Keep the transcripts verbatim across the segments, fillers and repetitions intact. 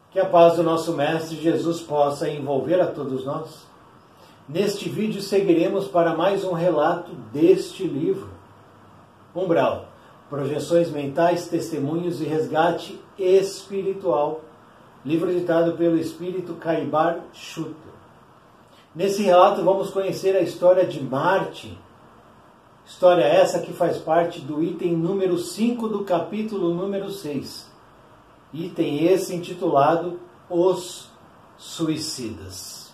Que a paz do nosso Mestre Jesus possa envolver a todos nós. Neste vídeo seguiremos para mais um relato deste livro. Umbral, Projeções Mentais, Testemunhos e Resgate Espiritual. Livro ditado pelo espírito Caibar Schutter. Nesse relato vamos conhecer a história de Martin. História essa que faz parte do item número cinco do capítulo número seis. Item esse intitulado Os Suicidas.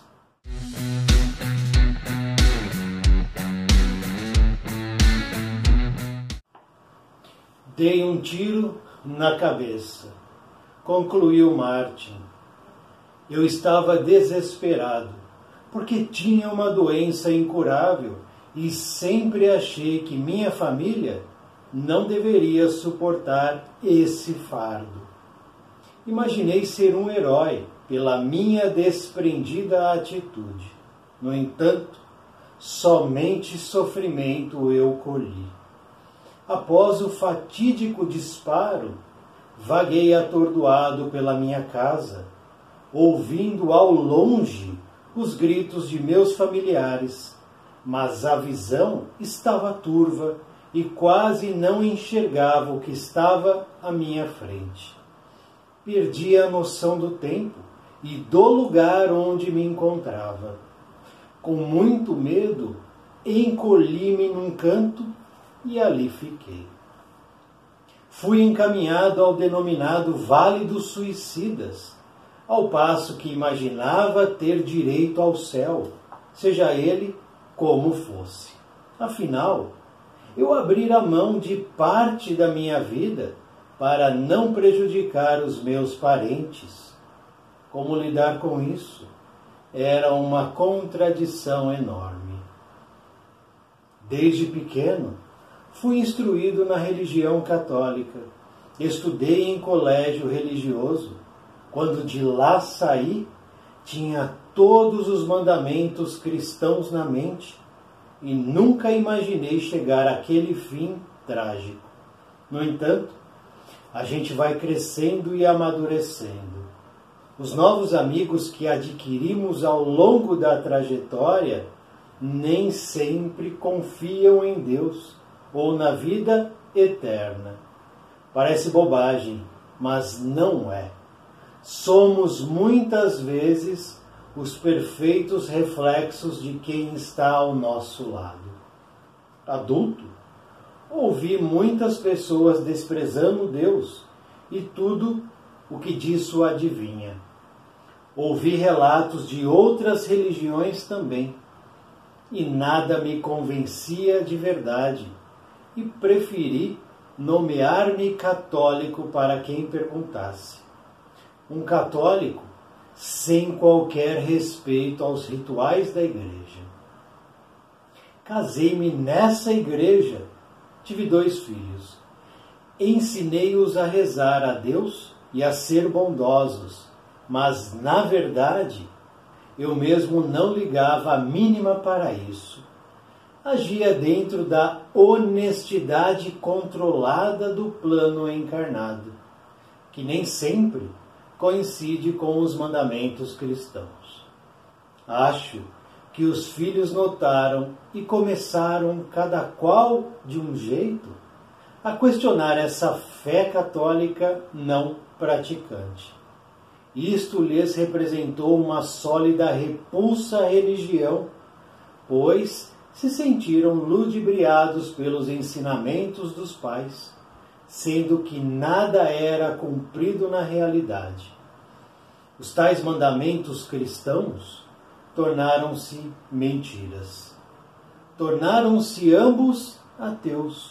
Dei um tiro na cabeça, concluiu Martin. Eu estava desesperado, porque tinha uma doença incurável e sempre achei que minha família não deveria suportar esse fardo. Imaginei ser um herói pela minha desprendida atitude. No entanto, somente sofrimento eu colhi. Após o fatídico disparo, vaguei atordoado pela minha casa, ouvindo ao longe os gritos de meus familiares, mas a visão estava turva e quase não enxergava o que estava à minha frente. Perdi a noção do tempo e do lugar onde me encontrava. Com muito medo, encolhi-me num canto e ali fiquei. Fui encaminhado ao denominado Vale dos Suicidas, ao passo que imaginava ter direito ao céu, seja ele como fosse. Afinal, eu abrira mão de parte da minha vida para não prejudicar os meus parentes. Como lidar com isso? Era uma contradição enorme. Desde pequeno, fui instruído na religião católica. Estudei em colégio religioso. Quando de lá saí, tinha todos os mandamentos cristãos na mente e nunca imaginei chegar àquele fim trágico. No entanto, a gente vai crescendo e amadurecendo. Os novos amigos que adquirimos ao longo da trajetória nem sempre confiam em Deus ou na vida eterna. Parece bobagem, mas não é. Somos muitas vezes os perfeitos reflexos de quem está ao nosso lado. Adulto, ouvi muitas pessoas desprezando Deus e tudo o que disso adivinha. Ouvi relatos de outras religiões também, e nada me convencia de verdade, e preferi nomear-me católico para quem perguntasse. Um católico sem qualquer respeito aos rituais da igreja. Casei-me nessa igreja. Tive dois filhos. Ensinei-os a rezar a Deus e a ser bondosos, mas, na verdade, eu mesmo não ligava a mínima para isso. Agia dentro da honestidade controlada do plano encarnado, que nem sempre coincide com os mandamentos cristãos. Acho que os filhos notaram e começaram, cada qual de um jeito, a questionar essa fé católica não praticante. Isto lhes representou uma sólida repulsa à religião, pois se sentiram ludibriados pelos ensinamentos dos pais, sendo que nada era cumprido na realidade. Os tais mandamentos cristãos tornaram-se mentiras. Tornaram-se ambos ateus.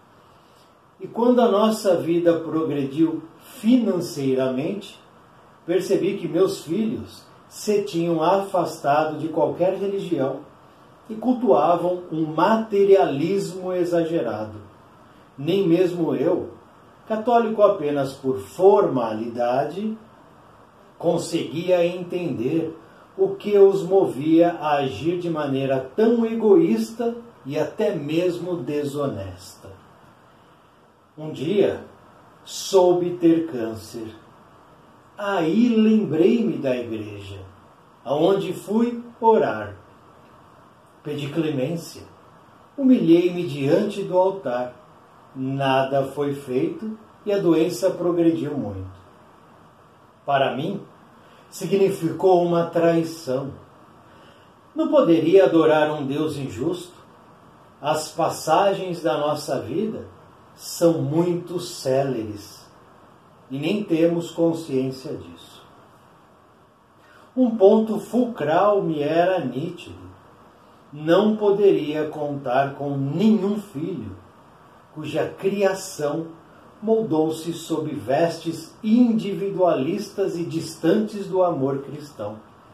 E quando a nossa vida progrediu financeiramente, percebi que meus filhos se tinham afastado de qualquer religião e cultuavam um materialismo exagerado. Nem mesmo eu, católico apenas por formalidade, conseguia entender o que os movia a agir de maneira tão egoísta e até mesmo desonesta. Um dia, soube ter câncer. aí lembrei-me da igreja, aonde fui orar. Pedi clemência, humilhei-me diante do altar. Nada foi feito e a doença progrediu muito. Para mim, significou uma traição. Não poderia adorar um Deus injusto? As passagens da nossa vida são muito céleres e nem temos consciência disso. Um ponto fulcral me era nítido. Não poderia contar com nenhum filho cuja criação moldou-se sob vestes individualistas e distantes do amor cristão,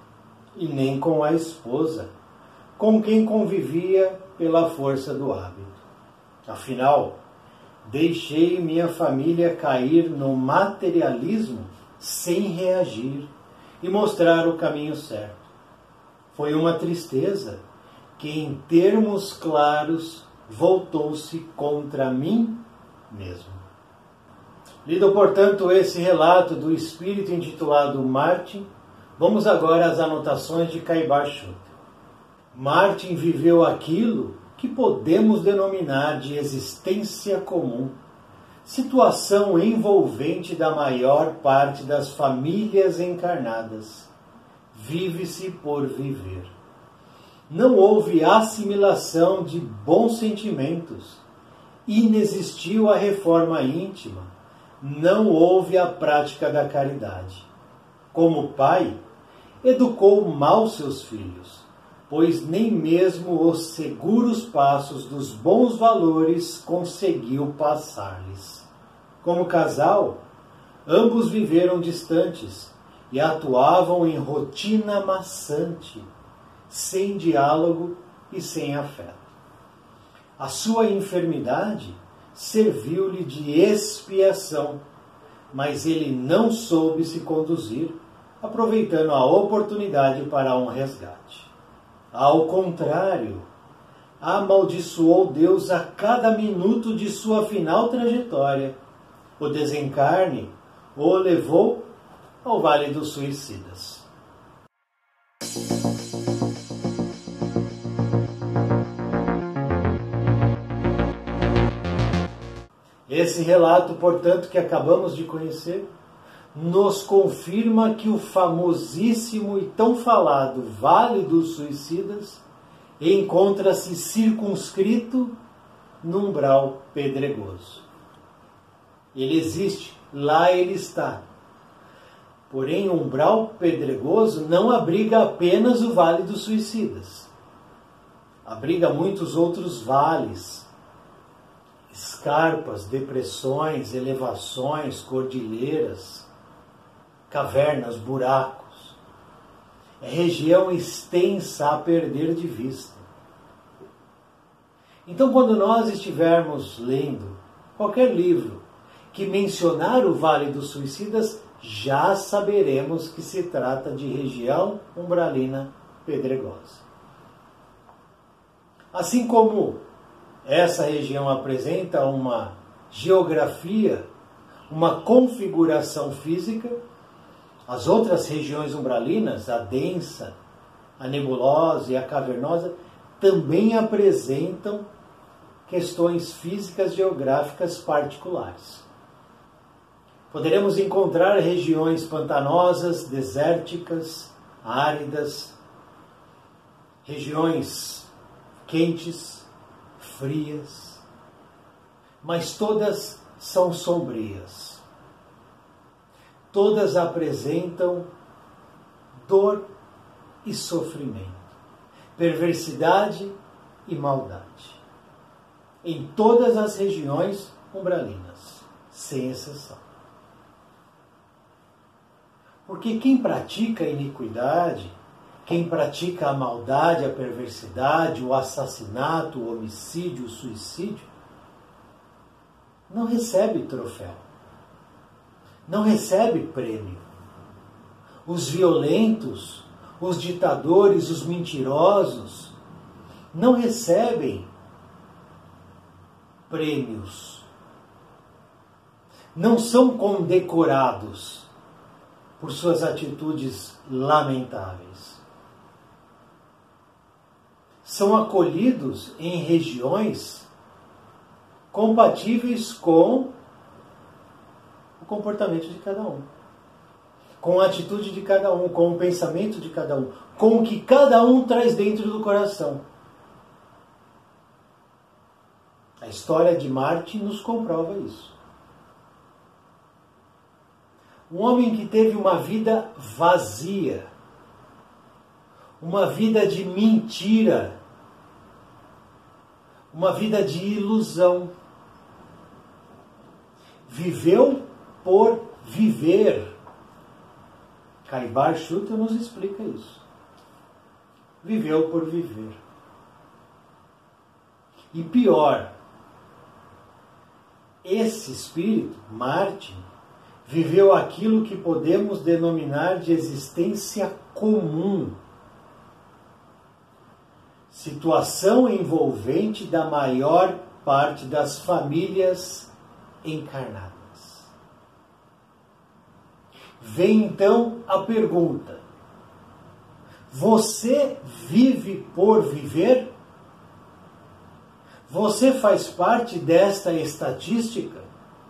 e nem com a esposa, com quem convivia pela força do hábito. Afinal, deixei minha família cair no materialismo sem reagir e mostrar o caminho certo. Foi uma tristeza que, em termos claros, voltou-se contra mim mesmo. Lido, portanto, esse relato do espírito intitulado Martin, vamos agora às anotações de Caibar Schutter. Martin viveu aquilo que podemos denominar de existência comum, situação envolvente da maior parte das famílias encarnadas. Vive-se por viver. Não houve assimilação de bons sentimentos, inexistiu a reforma íntima, não houve a prática da caridade. Como pai, educou mal seus filhos, pois nem mesmo os seguros passos dos bons valores conseguiu passar-lhes. Como casal, ambos viveram distantes e atuavam em rotina maçante, sem diálogo e sem afeto. A sua enfermidade serviu-lhe de expiação, mas ele não soube se conduzir, aproveitando a oportunidade para um resgate. Ao contrário, amaldiçoou Deus a cada minuto de sua final trajetória. O desencarne o levou ao Vale dos Suicidas. Esse relato, portanto, que acabamos de conhecer, nos confirma que o famosíssimo e tão falado Vale dos Suicidas encontra-se circunscrito num umbral pedregoso. Ele existe, lá ele está. Porém, o umbral pedregoso não abriga apenas o Vale dos Suicidas. Abriga muitos outros vales, escarpas, depressões, elevações, cordilheiras, cavernas, buracos. É região extensa a perder de vista. Então, quando nós estivermos lendo qualquer livro que mencionar o Vale dos Suicidas, já saberemos que se trata de região umbralina pedregosa. Assim como essa região apresenta uma geografia, uma configuração física, as outras regiões umbralinas, a densa, a nebulosa e a cavernosa, também apresentam questões físicas geográficas particulares. Poderemos encontrar regiões pantanosas, desérticas, áridas, regiões quentes, frias, mas todas são sombrias. Todas apresentam dor e sofrimento, perversidade e maldade. Em todas as regiões umbralinas, sem exceção. Porque quem pratica a iniquidade, quem pratica a maldade, a perversidade, o assassinato, o homicídio, o suicídio, não recebe troféu, não recebe prêmio. Os violentos, os ditadores, os mentirosos, não recebem prêmios, não são condecorados. por suas atitudes lamentáveis. São acolhidos em regiões compatíveis com o comportamento de cada um, com a atitude de cada um, com o pensamento de cada um, com o que cada um traz dentro do coração. A história de Marte nos comprova isso. Um homem que teve uma vida vazia, uma vida de mentira, uma vida de ilusão, viveu por viver. Caibar Schutter nos explica isso. Viveu por viver. E pior, esse espírito, Marte, viveu aquilo que podemos denominar de existência comum. Situação envolvente da maior parte das famílias encarnadas. Vem então a pergunta: você vive por viver? Você faz parte desta estatística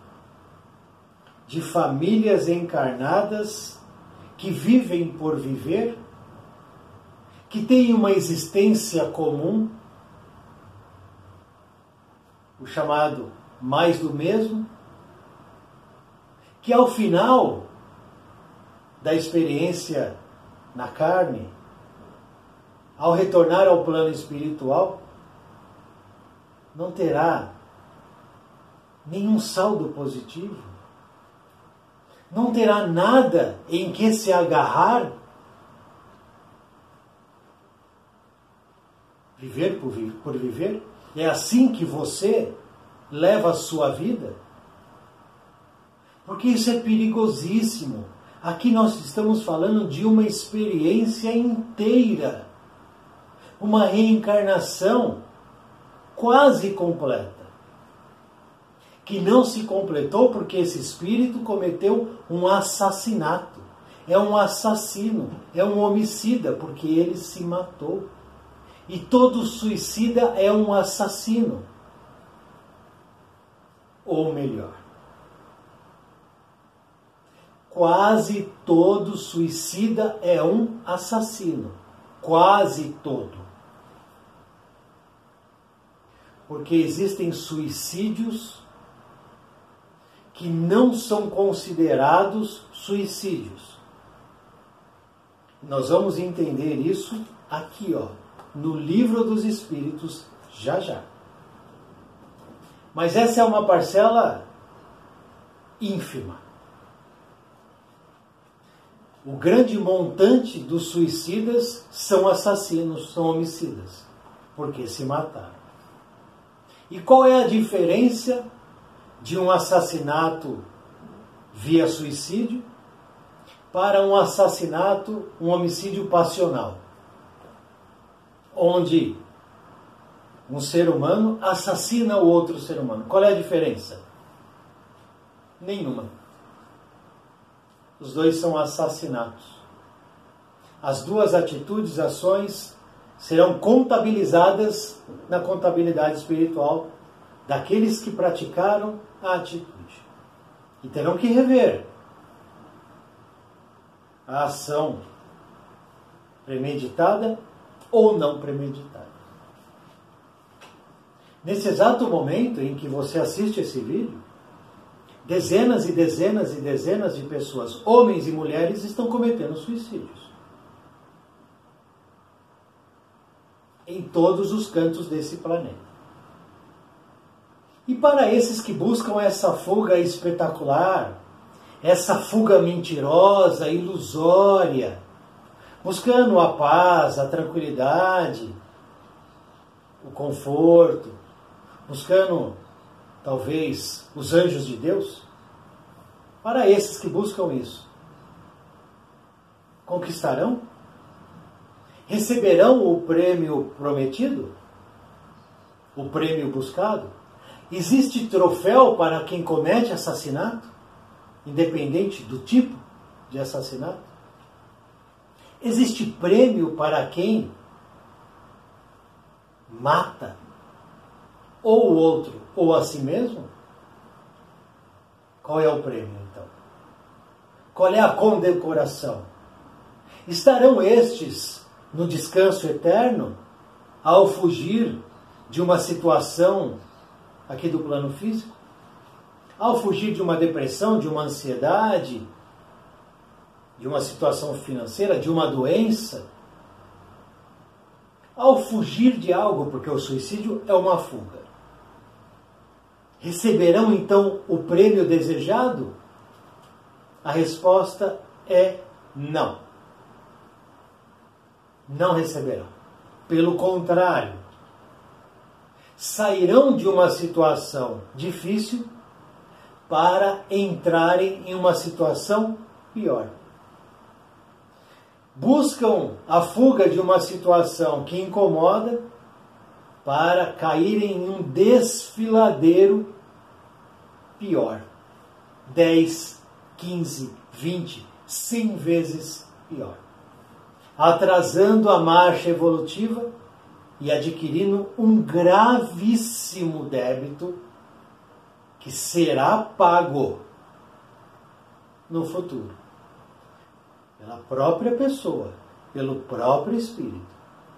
de famílias encarnadas que vivem por viver? Que têm uma existência comum? O chamado mais do mesmo? Que ao final da experiência na carne, ao retornar ao plano espiritual, não terá nenhum saldo positivo, não terá nada em que se agarrar. Viver por, por viver? É assim que você leva a sua vida? Porque isso é perigosíssimo. Aqui nós estamos falando de uma experiência inteira, uma reencarnação quase completa, que não se completou porque esse espírito cometeu um assassinato. É um assassino, é um homicida, porque ele se matou. E todo suicida é um assassino. Ou melhor, quase todo suicida é um assassino. Quase todo. Porque existem suicídios que não são considerados suicídios. Nós vamos entender isso aqui, ó, no Livro dos Espíritos, já já. Mas essa é uma parcela ínfima. O grande montante dos suicidas são assassinos, são homicidas, porque se mataram. E qual é a diferença de um assassinato via suicídio para um assassinato, um homicídio passional? Onde um ser humano assassina o outro ser humano. Qual é a diferença? Nenhuma. Os dois são assassinatos. As duas atitudes, ações, serão contabilizadas na contabilidade espiritual daqueles que praticaram a atitude. E terão que rever a ação premeditada ou não premeditada. Nesse exato momento em que você assiste esse vídeo, dezenas e dezenas e dezenas de pessoas, homens e mulheres, estão cometendo suicídios. Em todos os cantos desse planeta. E para esses que buscam essa fuga espetacular, essa fuga mentirosa, ilusória, buscando a paz, a tranquilidade, o conforto, buscando, talvez, os anjos de Deus, para esses que buscam isso, conquistarão? Receberão o prêmio prometido? O prêmio buscado? Existe troféu para quem comete assassinato? Independente do tipo? de assassinato? Existe prêmio para quem mata ou o outro ou a si mesmo? Qual é o prêmio, então? Qual é a condecoração? Estarão estes no descanso eterno ao fugir de uma situação aqui do plano físico? Ao fugir de uma depressão, de uma ansiedade, de uma situação financeira, de uma doença? Ao fugir de algo, porque o suicídio é uma fuga, receberão então o prêmio desejado? A resposta é não. Não receberão. Pelo contrário, sairão de uma situação difícil para entrarem em uma situação pior. Buscam a fuga de uma situação que incomoda para caírem em um desfiladeiro pior. dez, quinze, vinte, cem vezes pior. Atrasando a marcha evolutiva e adquirindo um gravíssimo débito que será pago no futuro pela própria pessoa, pelo próprio espírito.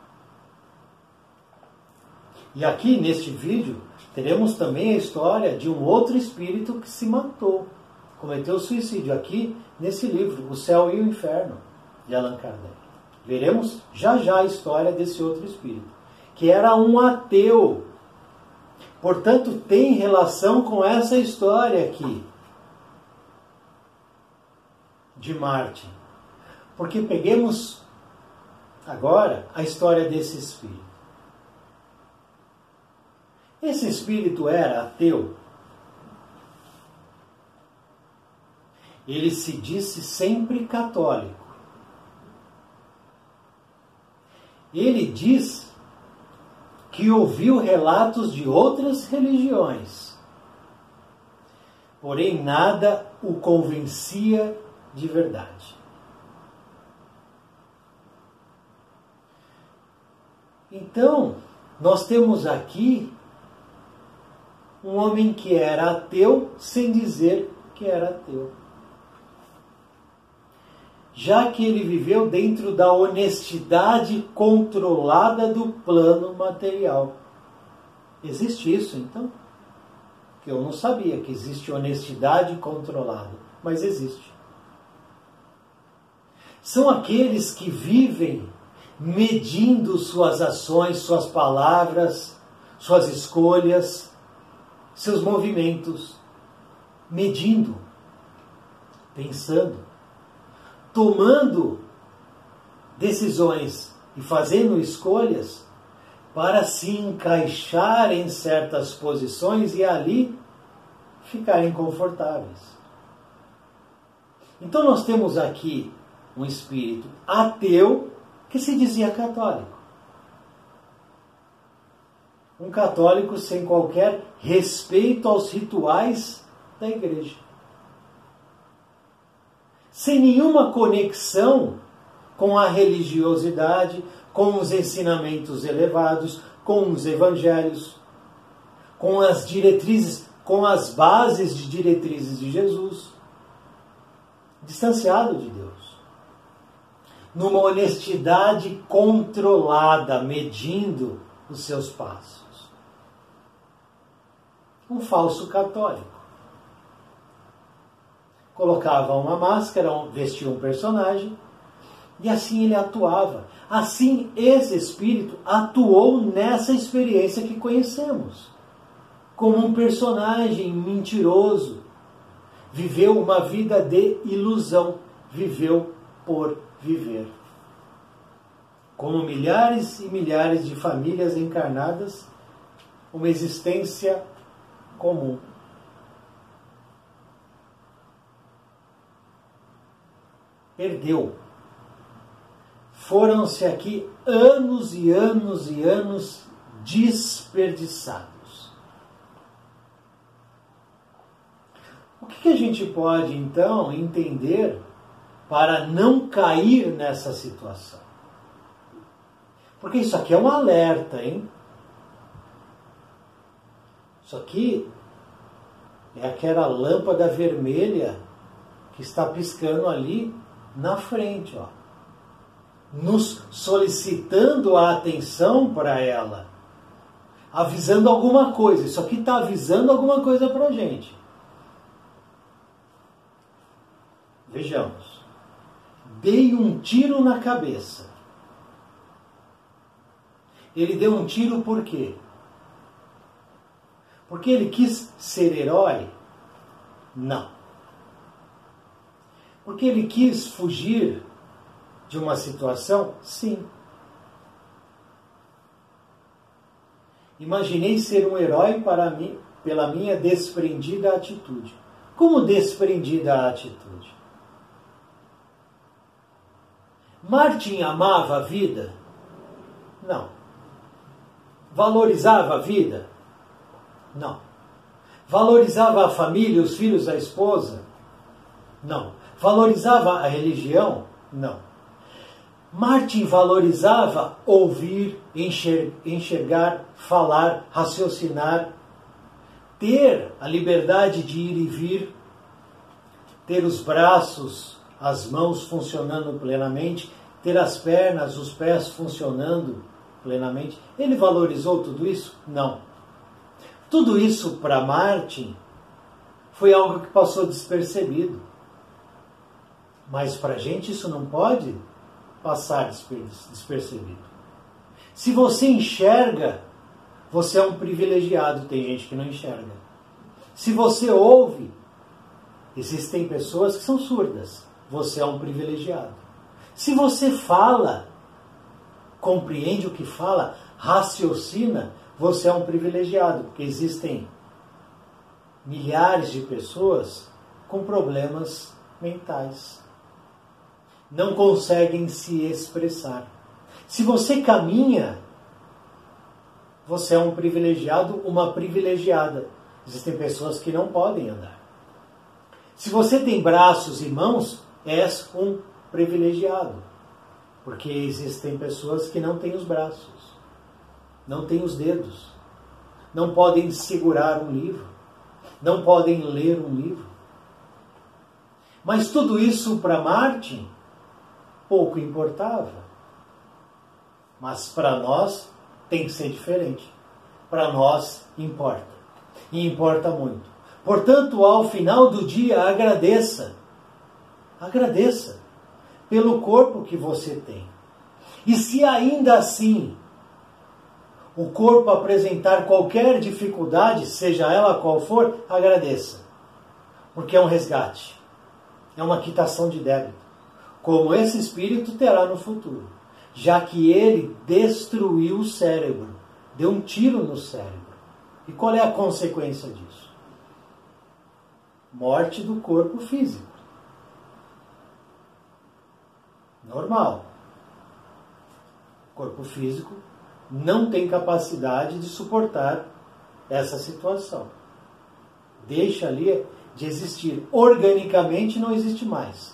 E aqui neste vídeo teremos também a história de um outro espírito que se matou, cometeu suicídio, aqui nesse livro, O Céu e o Inferno, de Allan Kardec. Veremos já já a história desse outro espírito, que era um ateu. Portanto, tem relação com essa história aqui de Martin. Porque peguemos agora a história desse espírito. Esse espírito era ateu. Ele se disse sempre católico. Ele diz que ouviu relatos de outras religiões, porém nada o convencia de verdade. Então, nós temos aqui um homem que era ateu sem dizer que era ateu. Já que ele viveu dentro da honestidade controlada do plano material. Existe isso, então? Que eu não sabia que existe honestidade controlada, mas existe. São aqueles que vivem medindo suas ações, suas palavras, suas escolhas, seus movimentos, medindo, pensando, tomando decisões e fazendo escolhas para se encaixar em certas posições e ali ficarem confortáveis. Então nós temos aqui um espírito ateu que se dizia católico. Um católico sem qualquer respeito aos rituais da igreja. Sem nenhuma conexão com a religiosidade, com os ensinamentos elevados, com os evangelhos, com as diretrizes, com as bases de diretrizes de Jesus. Distanciado de Deus. Numa honestidade controlada, medindo os seus passos. Um falso católico. Colocava uma máscara, vestia um personagem, e assim ele atuava. Assim esse espírito atuou nessa experiência que conhecemos. Como um personagem mentiroso. Viveu uma vida de ilusão. Viveu por viver. Como milhares e milhares de famílias encarnadas, uma existência comum. Perdeu. Foram-se aqui anos e anos e anos desperdiçados. O que a gente pode, então, entender para não cair nessa situação. Porque isso aqui é um alerta, hein? Isso aqui é aquela lâmpada vermelha que está piscando ali na frente, ó, nos solicitando a atenção para ela, avisando alguma coisa. Isso aqui está avisando alguma coisa para a gente. Vejamos. Dei um tiro na cabeça. Ele deu um tiro por quê? Porque ele quis ser herói? Não. Porque ele quis fugir de uma situação? Sim. Imaginei ser um herói para mim, pela minha desprendida atitude. Como desprendida a atitude? Martin amava a vida? Não. Valorizava a vida? Não. Valorizava a família, os filhos, a esposa? Não. Valorizava a religião? Não. Martin valorizava ouvir, enxergar, falar, raciocinar, ter a liberdade de ir e vir, ter os braços, as mãos funcionando plenamente, ter as pernas, os pés funcionando plenamente. Ele valorizou tudo isso? Não. Tudo isso para Martin foi algo que passou despercebido. Mas para a gente isso não pode passar despercebido. Se você enxerga, você é um privilegiado. Tem gente que não enxerga. Se você ouve, existem pessoas que são surdas. Você é um privilegiado. Se você fala, compreende o que fala, raciocina, você é um privilegiado, porque existem milhares de pessoas com problemas mentais. Não conseguem se expressar. Se você caminha, você é um privilegiado, uma privilegiada. Existem pessoas que não podem andar. Se você tem braços e mãos, és um privilegiado. Porque existem pessoas que não têm os braços, não têm os dedos, não podem segurar um livro, não podem ler um livro. Mas tudo isso para Martin pouco importava. Mas para nós tem que ser diferente. Para nós importa. E importa muito. Portanto, ao final do dia, agradeça. Agradeça pelo corpo que você tem. E se ainda assim o corpo apresentar qualquer dificuldade, seja ela qual for, agradeça. Porque é um resgate. É uma quitação de débito. Como esse espírito terá no futuro. Já que ele destruiu o cérebro. Deu um tiro no cérebro. E qual é a consequência disso? Morte do corpo físico. Normal. O corpo físico não tem capacidade de suportar essa situação. Deixa ali de existir. Organicamente não existe mais.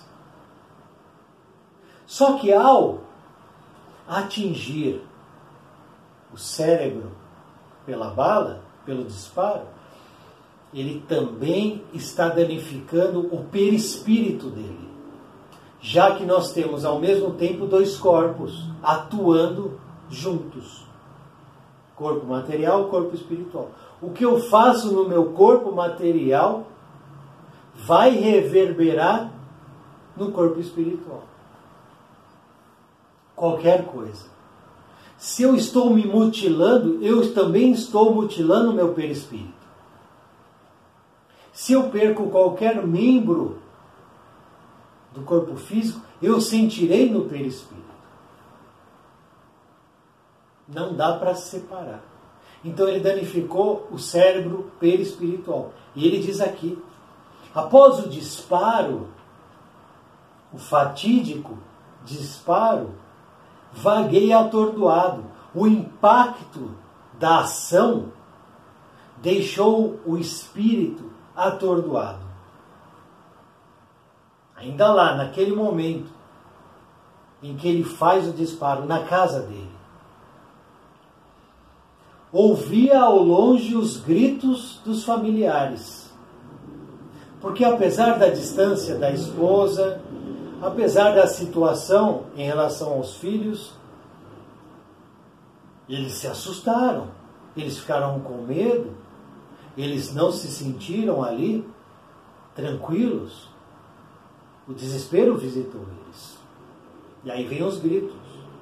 Só que ao atingir o cérebro pela bala, pelo disparo, ele também está danificando o perispírito dele. Já que nós temos ao mesmo tempo dois corpos atuando juntos. Corpo material, corpo espiritual. O que eu faço no meu corpo material vai reverberar no corpo espiritual. Qualquer coisa. Se eu estou me mutilando, eu também estou mutilando o meu perispírito. Se eu perco qualquer membro do corpo físico, eu sentirei no perispírito. Não dá para separar. Então ele danificou o cérebro perispiritual. E ele diz aqui, após o disparo, o fatídico disparo, vaguei atordoado. O impacto da ação deixou o espírito atordoado. ainda lá, naquele momento em que ele faz o disparo na casa dele, ouvia ao longe os gritos dos familiares. Porque apesar da distância da esposa, apesar da situação em relação aos filhos, eles se assustaram, eles ficaram com medo, eles não se sentiram ali tranquilos. O desespero visitou eles. E aí vem os gritos.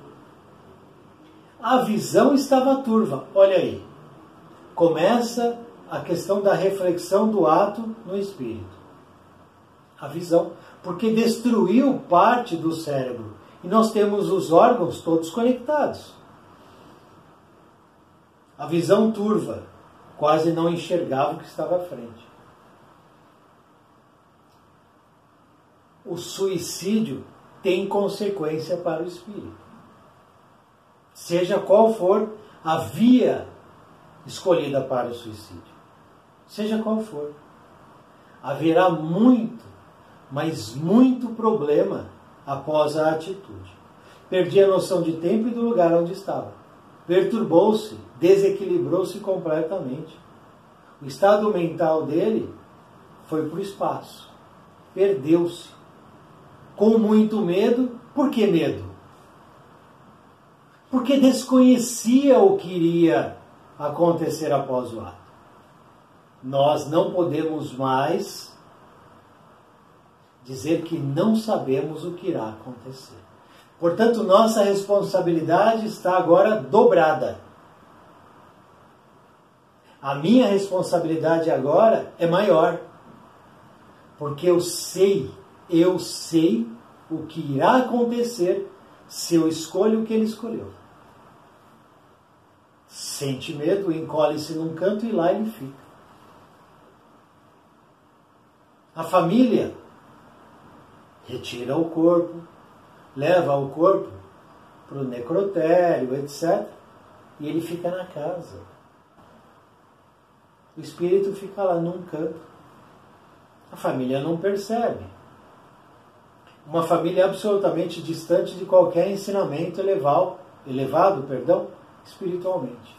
A visão estava turva. Olha aí. Começa a questão da reflexão do ato no espírito. A visão. Porque destruiu parte do cérebro. E nós temos os órgãos todos conectados. A visão turva. Quase não enxergava o que estava à frente. O suicídio tem consequência para o espírito. Seja qual for a via escolhida para o suicídio. Seja qual for. Haverá muito, mas muito problema após a atitude. Perdi a noção de tempo e do lugar onde estava. Perturbou-se, desequilibrou-se completamente. O estado mental dele foi para o espaço. Perdeu-se. Com muito medo. Por que medo? Porque desconhecia o que iria acontecer após o ato. Nós não podemos mais dizer que não sabemos o que irá acontecer. Portanto, nossa responsabilidade está agora dobrada. A minha responsabilidade agora é maior. Porque eu sei, eu sei o que irá acontecer se eu escolho o que ele escolheu. Sente medo, encolhe-se num canto e lá ele fica. A família retira o corpo, leva o corpo para o necrotério, etcétera. E ele fica na casa. O espírito fica lá num canto. A família não percebe. Uma família absolutamente distante de qualquer ensinamento elevado, elevado, perdão, espiritualmente.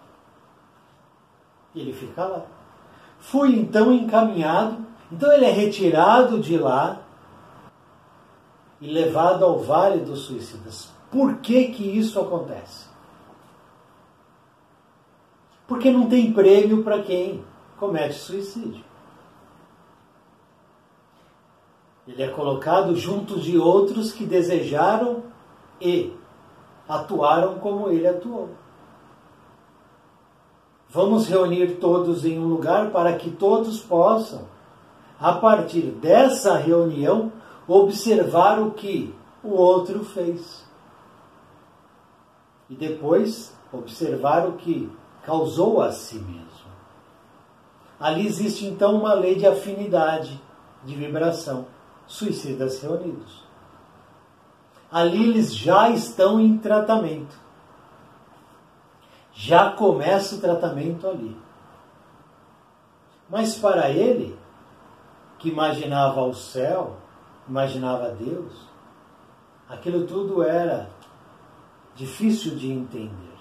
E ele fica lá. Fui então encaminhado, então ele é retirado de lá e levado ao Vale dos Suicidas. Por que que isso acontece? Porque não tem prêmio para quem comete suicídio. Ele é colocado junto de outros que desejaram e atuaram como ele atuou. Vamos reunir todos em um lugar para que todos possam, a partir dessa reunião, observar o que o outro fez. E depois observar o que causou a si mesmo. Ali existe então uma lei de afinidade, de vibração. Suicidas reunidos. Ali eles já estão em tratamento. Já começa o tratamento ali. Mas para ele, que imaginava o céu, imaginava Deus, aquilo tudo era difícil de entender.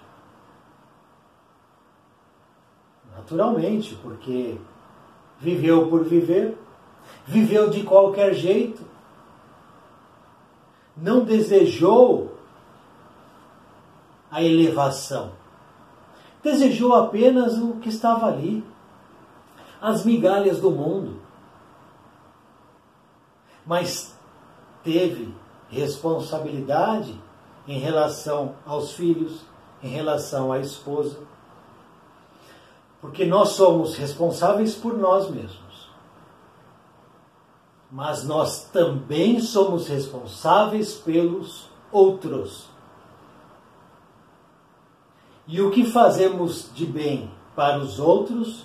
Naturalmente, porque viveu por viver, viveu de qualquer jeito, não desejou a elevação, desejou apenas o que estava ali, as migalhas do mundo, mas teve responsabilidade em relação aos filhos, em relação à esposa, porque nós somos responsáveis por nós mesmos. Mas nós também somos responsáveis pelos outros. E o que fazemos de bem para os outros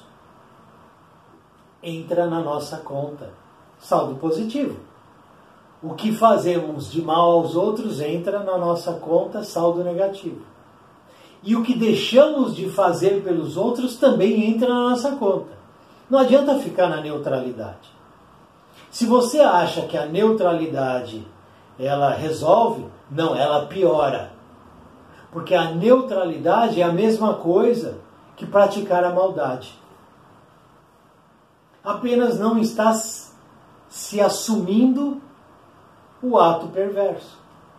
entra na nossa conta. Saldo positivo. O que fazemos de mal aos outros entra na nossa conta, saldo negativo. E o que deixamos de fazer pelos outros também entra na nossa conta. Não adianta ficar na neutralidade. Se você acha que a neutralidade ela resolve, não, ela piora. Porque a neutralidade é a mesma coisa que praticar a maldade. Apenas não está se assumindo o ato perverso.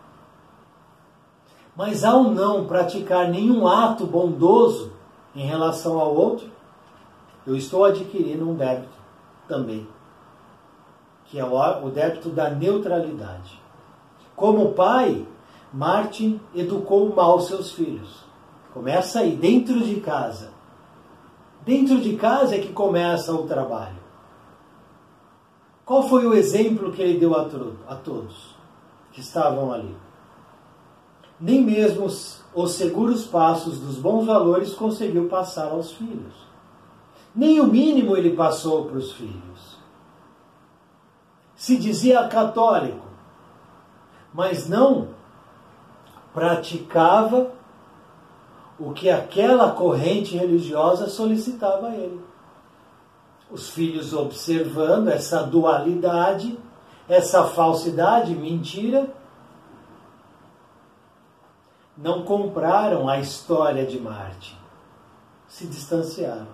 Mas ao não praticar nenhum ato bondoso em relação ao outro, eu estou adquirindo um débito também, que é o débito da neutralidade. Como pai, Martin educou mal seus filhos. Começa aí, dentro de casa. Dentro de casa é que começa o trabalho. Qual foi o exemplo que ele deu a, a todos que estavam ali? Nem mesmo os, os seguros passos dos bons valores conseguiu passar aos filhos. Nem o mínimo ele passou para os filhos. Se dizia católico, mas não praticava o que aquela corrente religiosa solicitava a ele. Os filhos observando essa dualidade, essa falsidade, mentira, não compraram a história de Martin, se distanciaram.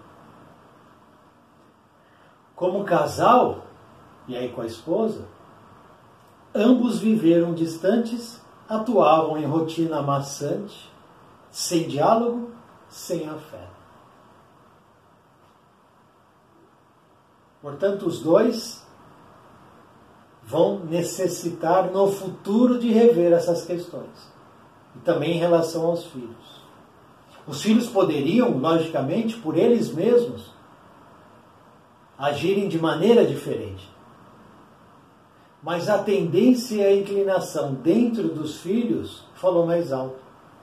Como casal, e aí com a esposa, ambos viveram distantes, atuavam em rotina maçante, sem diálogo, sem afeto. Portanto, os dois vão necessitar no futuro de rever essas questões. E também em relação aos filhos. Os filhos poderiam, logicamente, por eles mesmos, agirem de maneira diferente. Mas a tendência e a inclinação dentro dos filhos falou mais alto.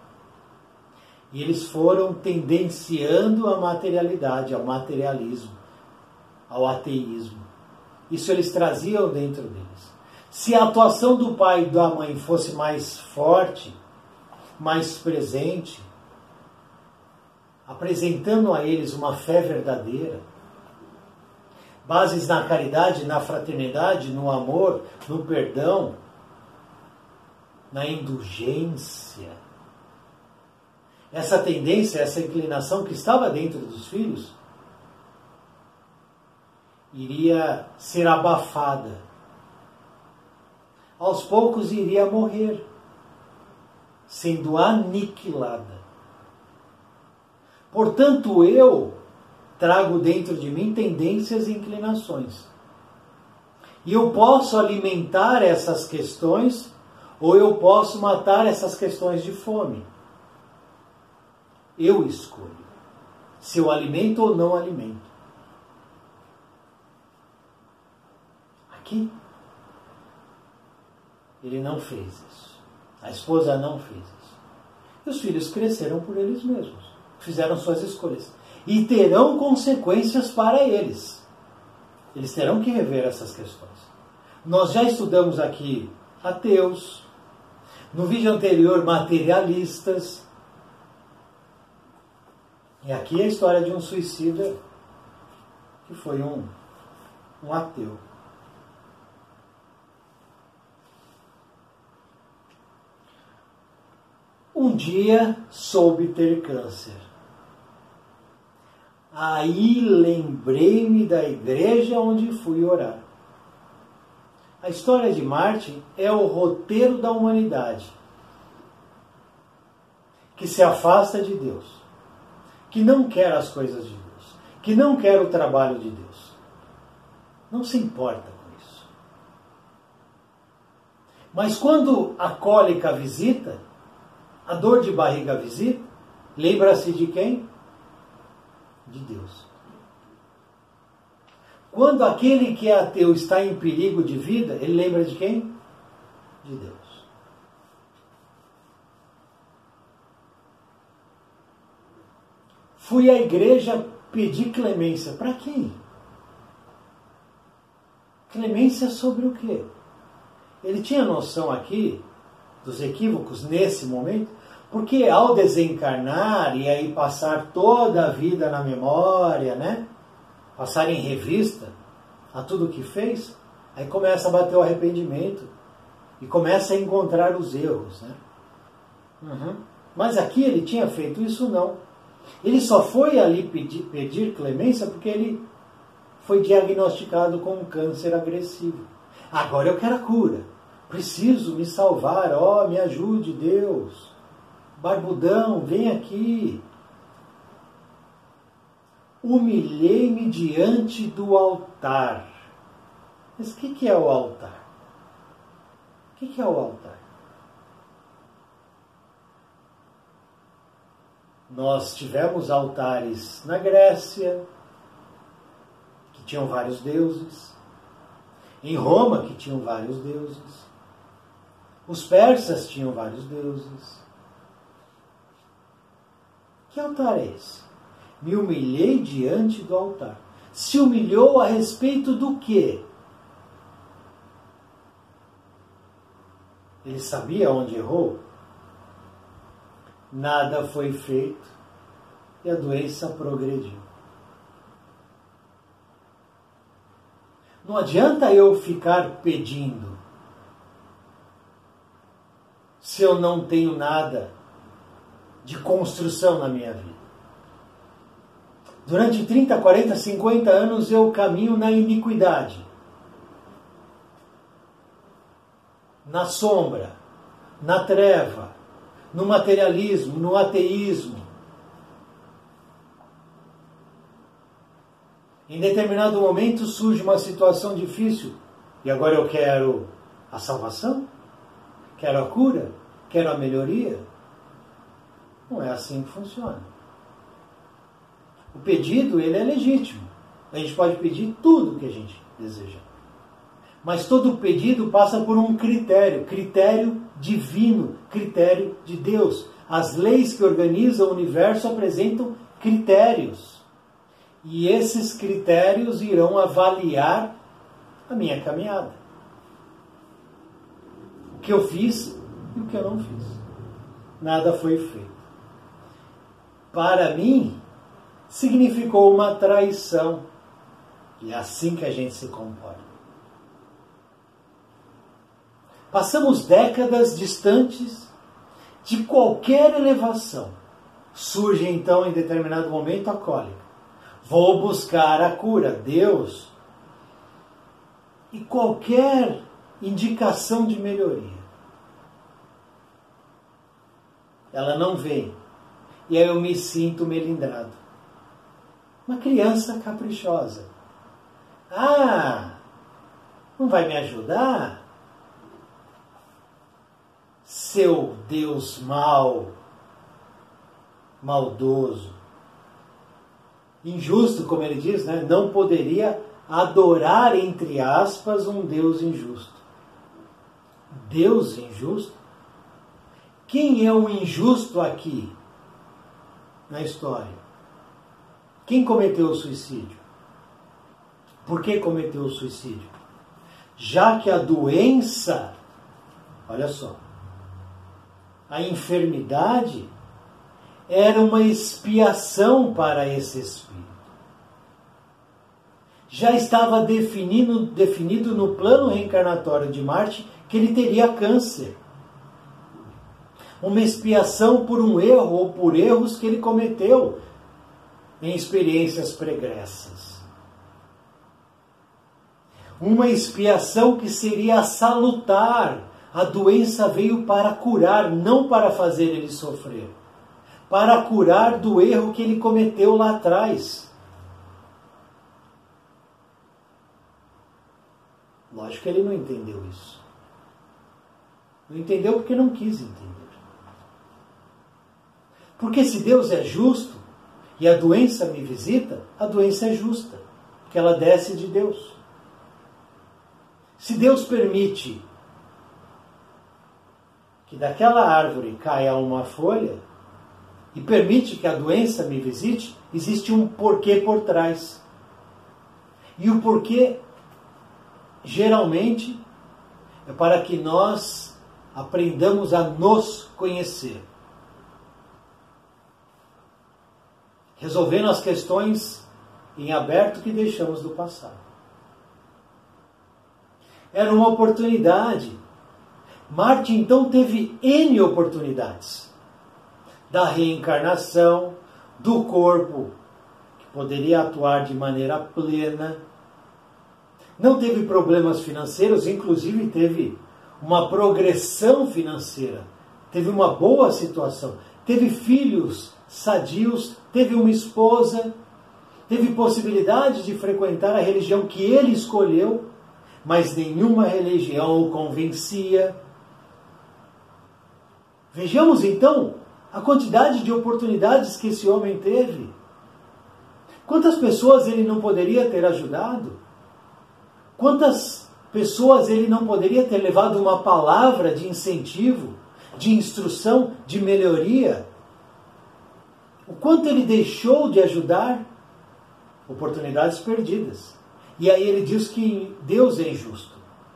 E eles foram tendenciando a materialidade, ao materialismo, ao ateísmo. Isso eles traziam dentro deles. Se a atuação do pai e da mãe fosse mais forte, mais presente, apresentando a eles uma fé verdadeira, bases na caridade, na fraternidade, no amor, no perdão, na indulgência. Essa tendência, essa inclinação que estava dentro dos filhos, iria ser abafada. Aos poucos iria morrer, sendo aniquilada. Portanto, eu trago dentro de mim tendências e inclinações. E eu posso alimentar essas questões, ou eu posso matar essas questões de fome. Eu escolho se eu alimento ou não alimento. Aqui, ele não fez isso. A esposa não fez isso. E os filhos cresceram por eles mesmos. Fizeram suas escolhas. E terão consequências para eles. Eles terão que rever essas questões. Nós já estudamos aqui ateus. No vídeo anterior, materialistas. E aqui é a história de um suicida que foi um, um ateu. Um dia soube ter câncer. Aí lembrei-me da igreja onde fui orar. A história de Martin é o roteiro da humanidade, que se afasta de Deus, que não quer as coisas de Deus, que não quer o trabalho de Deus. Não se importa com isso. Mas quando a cólica visita, a dor de barriga visita, lembra-se de quem? De Deus. Quando aquele que é ateu está em perigo de vida, ele lembra de quem? De Deus. Fui à igreja pedir clemência. Para quem? Clemência sobre o quê? Ele tinha noção aqui dos equívocos nesse momento? Porque ao desencarnar e aí passar toda a vida na memória, né? Passar em revista a tudo o que fez, Aí começa a bater o arrependimento e começa a encontrar os erros, né? Uhum. Mas aqui ele tinha feito isso não. Ele só foi ali pedir, pedir clemência porque ele foi diagnosticado com um câncer agressivo. Agora eu quero a cura. Preciso me salvar. Ó, oh, me ajude, Deus. Barbudão, vem aqui. Humilhei-me diante do altar. Mas o que, que é o altar? O que, que é o altar? Nós tivemos altares na Grécia, que tinham vários deuses. Em Roma, que tinham vários deuses. Os persas tinham vários deuses. Que altar é esse? Me humilhei diante do altar. Se humilhou a respeito do quê? Ele sabia onde errou? Nada foi feito e a doença progrediu. Não adianta eu ficar pedindo se eu não tenho nada de construção na minha vida. Durante trinta, quarenta, cinquenta anos eu caminho na iniquidade, na sombra, na treva, no materialismo, no ateísmo. Em determinado momento surge uma situação difícil e agora eu quero a salvação? Quero a cura? Quero a melhoria? Não é assim que funciona. O pedido, ele é legítimo. A gente pode pedir tudo o que a gente deseja. Mas todo pedido passa por um critério, critério divino, critério de Deus. As leis que organizam o universo apresentam critérios. E esses critérios irão avaliar a minha caminhada. O que eu fiz e o que eu não fiz. Nada foi feito. Para mim, significou uma traição. E é assim que a gente se comporta. Passamos décadas distantes de qualquer elevação. Surge então em determinado momento a cólica. Vou buscar a cura, Deus. E qualquer indicação de melhoria. Ela não vem. E aí eu me sinto melindrado. Uma criança caprichosa. Ah, não vai me ajudar? Seu Deus mau, maldoso, injusto, como ele diz, né? Não poderia adorar, entre aspas, um Deus injusto. Deus injusto? Quem é o injusto aqui na história? Quem cometeu o suicídio? Por que cometeu o suicídio? Já que a doença, olha só, a enfermidade era uma expiação para esse espírito. Já estava definido, definido no plano reencarnatório de Marte que ele teria câncer. Uma expiação por um erro ou por erros que ele cometeu em experiências pregressas. Uma expiação que seria salutar. A doença veio para curar, não para fazer ele sofrer. Para curar do erro que ele cometeu lá atrás. Lógico que ele não entendeu isso. Não entendeu porque não quis entender. Porque se Deus é justo e a doença me visita, a doença é justa, porque ela desce de Deus. Se Deus permite que daquela árvore caia uma folha e permite que a doença me visite, existe um porquê por trás. E o porquê, geralmente, é para que nós aprendamos a nos conhecer. Resolvendo as questões em aberto que deixamos do passado. Era uma oportunidade. Marte então teve N oportunidades. Da reencarnação, do corpo, que poderia atuar de maneira plena. Não teve problemas financeiros, inclusive teve uma progressão financeira. Teve uma boa situação. Teve filhos sadios, teve uma esposa, teve possibilidade de frequentar a religião que ele escolheu, mas nenhuma religião o convencia. Vejamos então a quantidade de oportunidades que esse homem teve. Quantas pessoas ele não poderia ter ajudado? Quantas pessoas ele não poderia ter levado uma palavra de incentivo, de instrução, de melhoria? O quanto ele deixou de ajudar? Oportunidades perdidas. E aí ele diz que Deus é injusto.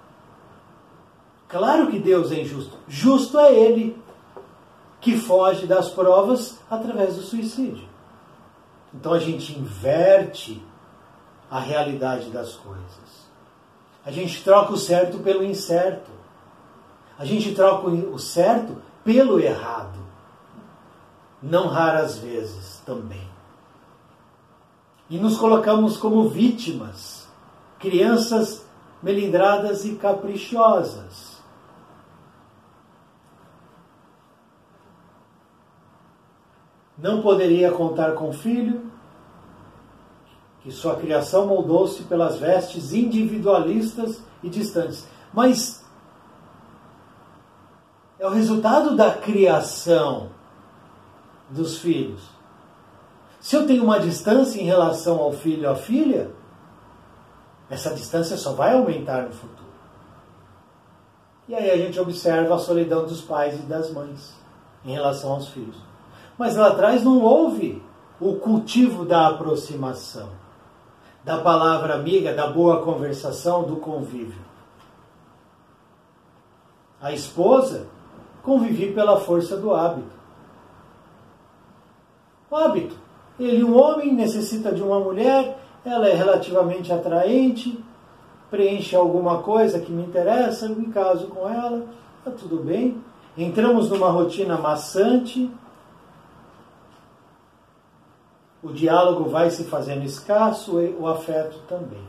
Claro que Deus é injusto. Justo é ele que foge das provas através do suicídio. Então a gente inverte a realidade das coisas. A gente troca o certo pelo incerto. A gente troca o certo pelo errado. Não raras vezes também. E nos colocamos como vítimas, crianças melindradas e caprichosas. Não poderia contar com filho, que sua criação moldou-se pelas vestes individualistas e distantes. Mas é o resultado da criação dos filhos. Se eu tenho uma distância em relação ao filho e à filha, essa distância só vai aumentar no futuro. E aí a gente observa a solidão dos pais e das mães em relação aos filhos. Mas lá atrás não houve o cultivo da aproximação, da palavra amiga, da boa conversação, do convívio. A esposa convivia pela força do hábito. O hábito. Ele, um homem, necessita de uma mulher, ela é relativamente atraente, preenche alguma coisa que me interessa, eu me caso com ela, está tudo bem. Entramos numa rotina maçante, o diálogo vai se fazendo escasso, e o afeto também.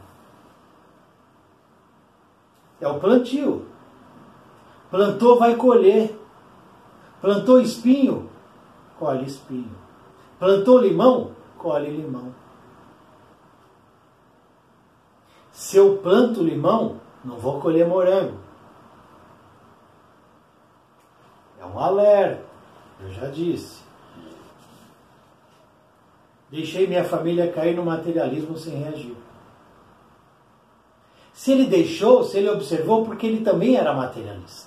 É o plantio. Plantou, vai colher. Plantou espinho, colhe espinho. Plantou limão, colhe limão. Se eu planto limão, não vou colher morango. É um alerta, eu já disse. Deixei minha família cair no materialismo sem reagir. Se ele deixou, se ele observou, porque ele também era materialista.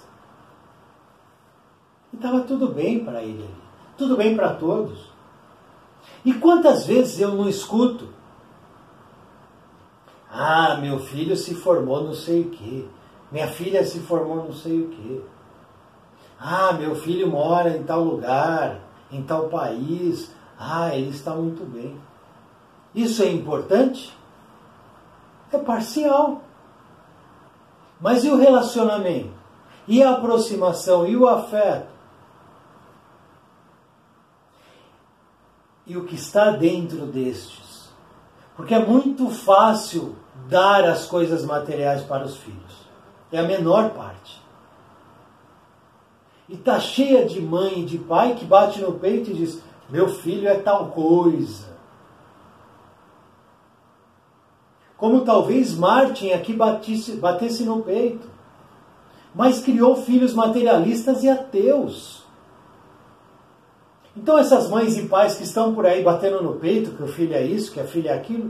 E estava tudo bem para ele ali. Tudo bem para todos. E quantas vezes eu não escuto? Ah, meu filho se formou não sei o quê. Minha filha se formou não sei o quê. Ah, meu filho mora em tal lugar, em tal país. Ah, ele está muito bem. Isso é importante? É parcial. Mas e o relacionamento? E a aproximação? E o afeto? E o que está dentro destes? Porque é muito fácil dar as coisas materiais para os filhos. É a menor parte. E está cheia de mãe e de pai que bate no peito e diz: meu filho é tal coisa. Como talvez Martin aqui batisse, batesse no peito. Mas criou filhos materialistas e ateus. Então essas mães e pais que estão por aí batendo no peito, que o filho é isso, que a filha é aquilo,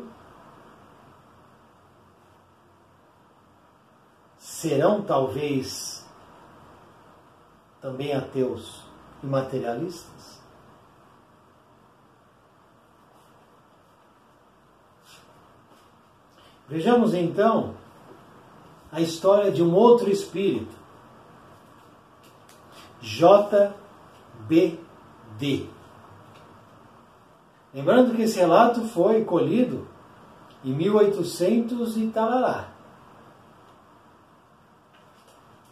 serão talvez também ateus e materialistas? Vejamos então a história de um outro espírito, J B D. Lembrando que esse relato foi colhido em mil e oitocentos e talará.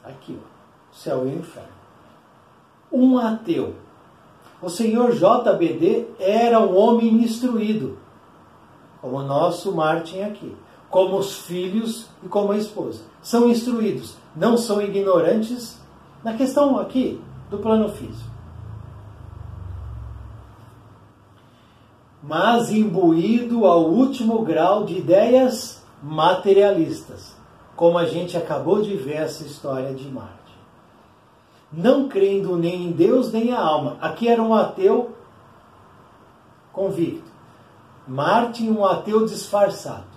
Aqui, ó, o céu e o inferno. Um ateu. O senhor J B D era um homem instruído, como o nosso Martin aqui, como os filhos e como a esposa. São instruídos, não são ignorantes na questão aqui do plano físico. Mas imbuído ao último grau de ideias materialistas, como a gente acabou de ver essa história de Marte. Não crendo nem em Deus nem a alma. Aqui era um ateu convicto. Martin, um ateu disfarçado.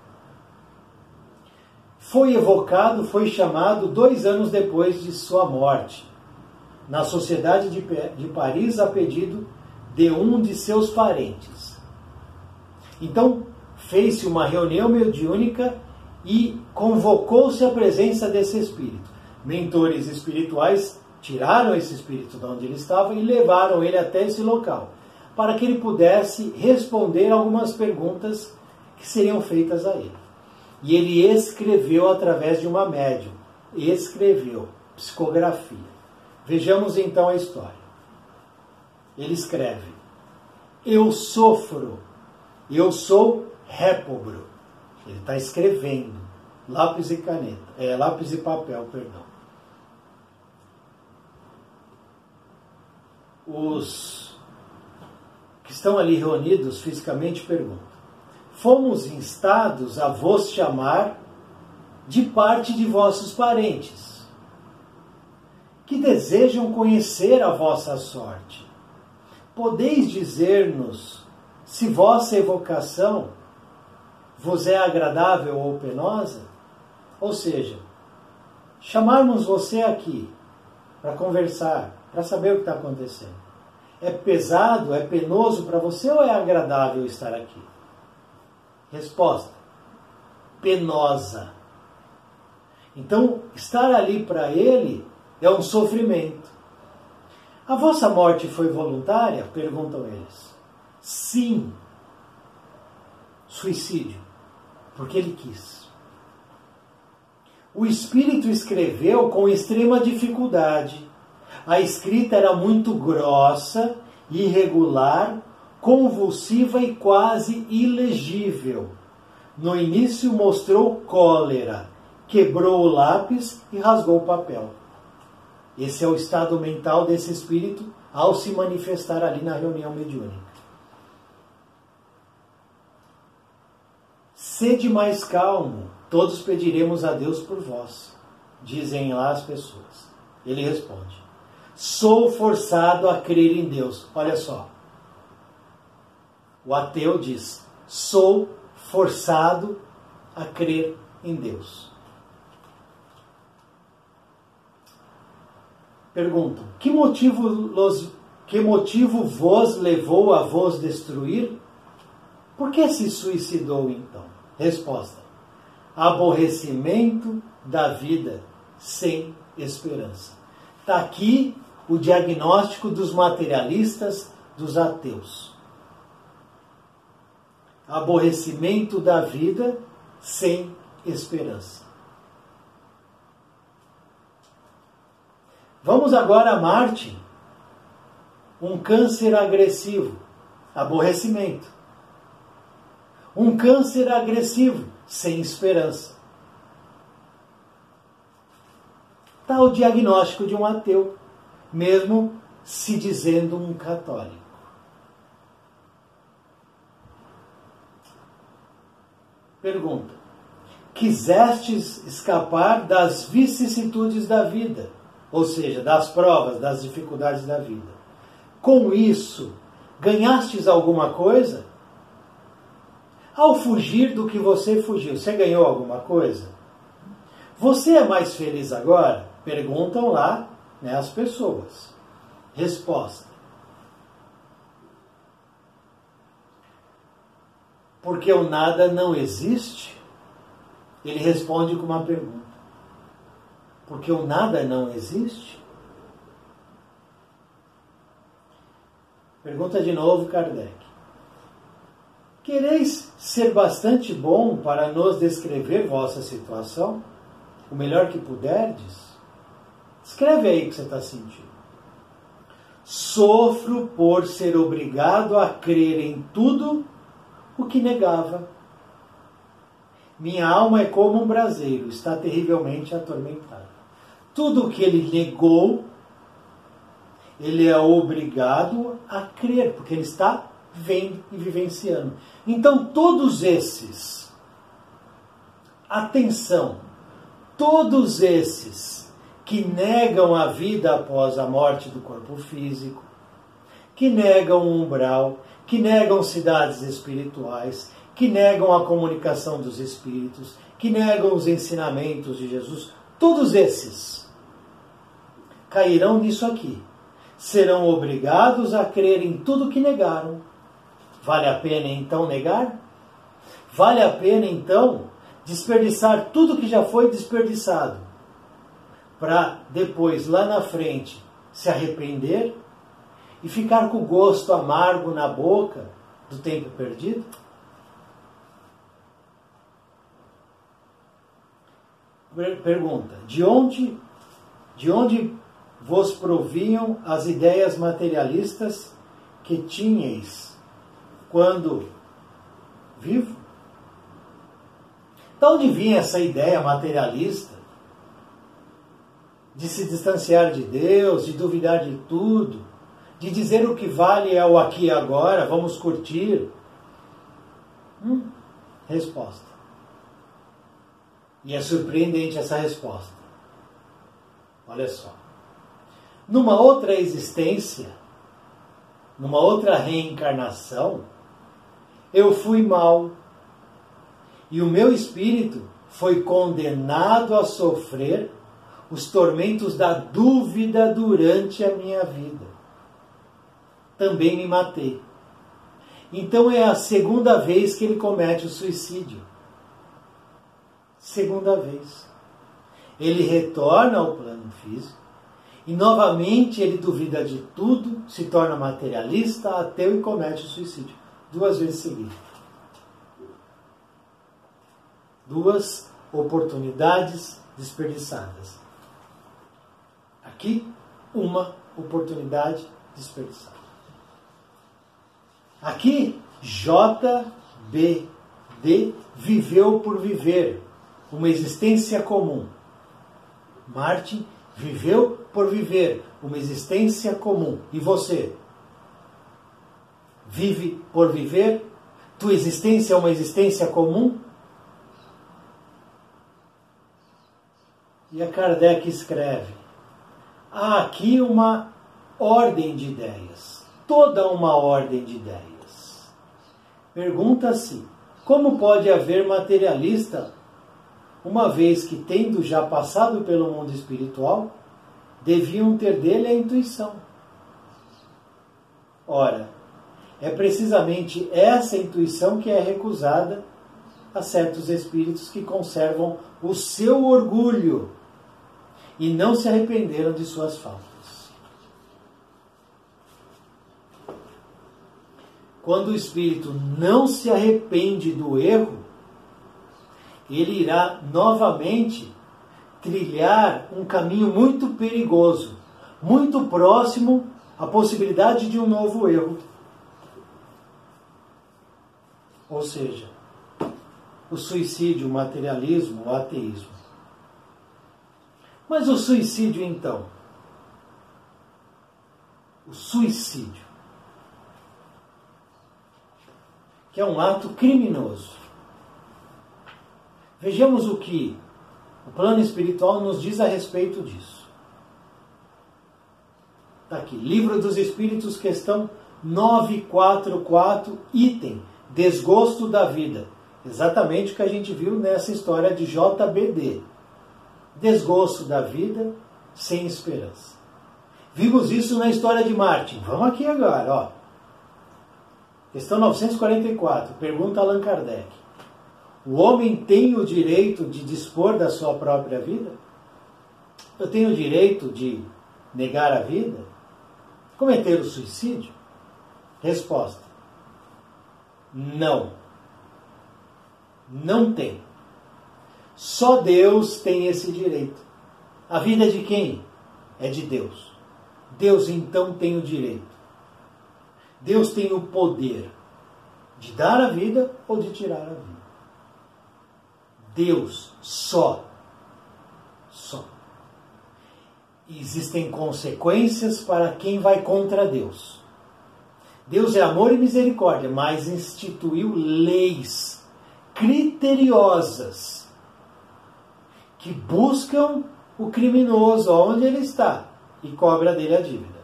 Foi evocado, foi chamado dois anos depois de sua morte, na Sociedade de, de Paris, a pedido de um de seus parentes. Então, fez-se uma reunião mediúnica e convocou-se a presença desse espírito. Mentores espirituais tiraram esse espírito de onde ele estava e levaram ele até esse local, para que ele pudesse responder algumas perguntas que seriam feitas a ele. E ele escreveu através de uma médium. Escreveu, psicografia. Vejamos então a história. Ele escreve: eu sofro, eu sou réprobro. Ele está escrevendo, lápis e caneta, é, lápis e papel, perdão. Os que estão ali reunidos fisicamente perguntam: fomos instados a vos chamar de parte de vossos parentes, que desejam conhecer a vossa sorte. Podeis dizer-nos se vossa evocação vos é agradável ou penosa? Ou seja, chamarmos você aqui para conversar, para saber o que está acontecendo. É pesado, é penoso para você ou é agradável estar aqui? Resposta: penosa. Então, estar ali para ele é um sofrimento. A vossa morte foi voluntária? Perguntam eles. Sim. Suicídio. Porque ele quis. O espírito escreveu com extrema dificuldade. A escrita era muito grossa, irregular, convulsiva e quase ilegível. No início mostrou cólera, quebrou o lápis e rasgou o papel. Esse é o estado mental desse espírito ao se manifestar ali na reunião mediúnica. Sede mais calmo, todos pediremos a Deus por vós, dizem lá as pessoas. Ele responde: sou forçado a crer em Deus. Olha só. O ateu diz: sou forçado a crer em Deus. Perguntam: que motivo, que motivo vos levou a vos destruir? Por que se suicidou então? Resposta: aborrecimento da vida sem esperança. Está aqui o diagnóstico dos materialistas, dos ateus. Aborrecimento da vida sem esperança. Vamos agora a Marte. Um câncer agressivo, aborrecimento. Um câncer agressivo, sem esperança. Está o diagnóstico de um ateu, mesmo se dizendo um católico. Pergunta: quisestes escapar das vicissitudes da vida, ou seja, das provas, das dificuldades da vida. Com isso, ganhastes alguma coisa? Ao fugir do que você fugiu, você ganhou alguma coisa? Você é mais feliz agora? Perguntam lá, né, as pessoas. Resposta: porque o nada não existe? Ele responde com uma pergunta: porque o nada não existe? Pergunta de novo Kardec: quereis ser bastante bom para nos descrever vossa situação, o melhor que puderdes? Escreve aí o que você está sentindo. Sofro por ser obrigado a crer em tudo o que negava. Minha alma é como um braseiro, está terrivelmente atormentada. Tudo o que ele negou, ele é obrigado a crer, porque ele está vendo e vivenciando. Então todos esses, atenção, todos esses que negam a vida após a morte do corpo físico, que negam o umbral, que negam cidades espirituais, que negam a comunicação dos espíritos, que negam os ensinamentos de Jesus, todos esses cairão nisso aqui. Serão obrigados a crer em tudo que negaram. Vale a pena então negar? Vale a pena então desperdiçar tudo que já foi desperdiçado, para depois, lá na frente, se arrepender e ficar com o gosto amargo na boca do tempo perdido? Pergunta: de onde, de onde vos provinham as ideias materialistas que tinhais quando vivo? De onde vinha essa ideia materialista de se distanciar de Deus, de duvidar de tudo, de dizer o que vale é o aqui e agora, vamos curtir? Hum, resposta. E é surpreendente essa resposta. Olha só. Numa outra existência, numa outra reencarnação, eu fui mal. E o meu espírito foi condenado a sofrer os tormentos da dúvida durante a minha vida. Também me matei. Então é a segunda vez que ele comete o suicídio. Segunda vez. Ele retorna ao plano físico e novamente ele duvida de tudo, se torna materialista, ateu e comete o suicídio. Duas vezes seguidas. Duas oportunidades desperdiçadas. Aqui, uma oportunidade desperdiçada. Aqui, J B D viveu por viver uma existência comum. Martin viveu por viver uma existência comum. E você? Vive por viver? Tua existência é uma existência comum? E a Kardec escreve: há aqui uma ordem de ideias, toda uma ordem de ideias. Pergunta-se, como pode haver materialista, uma vez que, tendo já passado pelo mundo espiritual, deviam ter dele a intuição? Ora, é precisamente essa intuição que é recusada a certos espíritos que conservam o seu orgulho e não se arrependeram de suas faltas. Quando o espírito não se arrepende do erro, ele irá novamente trilhar um caminho muito perigoso, muito próximo à possibilidade de um novo erro. Ou seja, o suicídio, o materialismo, o ateísmo. Mas o suicídio, então? O suicídio, que é um ato criminoso. Vejamos o que o plano espiritual nos diz a respeito disso. Está aqui, Livro dos Espíritos, questão novecentos e quarenta e quatro, item, desgosto da vida. Exatamente o que a gente viu nessa história de J B D. Desgosto da vida sem esperança. Vimos isso na história de Martin. Vamos aqui agora, ó. Questão novecentos e quarenta e quatro, pergunta Allan Kardec: o homem tem o direito de dispor da sua própria vida? Eu tenho o direito de negar a vida? Cometer o suicídio? Resposta: não. Não tem. Só Deus tem esse direito. A vida de quem? é de Deus. Deus então tem o direito. Deus tem o poder de dar a vida ou de tirar a vida. Deus só. Só. Existem consequências para quem vai contra Deus. Deus é amor e misericórdia, mas instituiu leis criteriosas que buscam o criminoso onde ele está e cobra dele a dívida.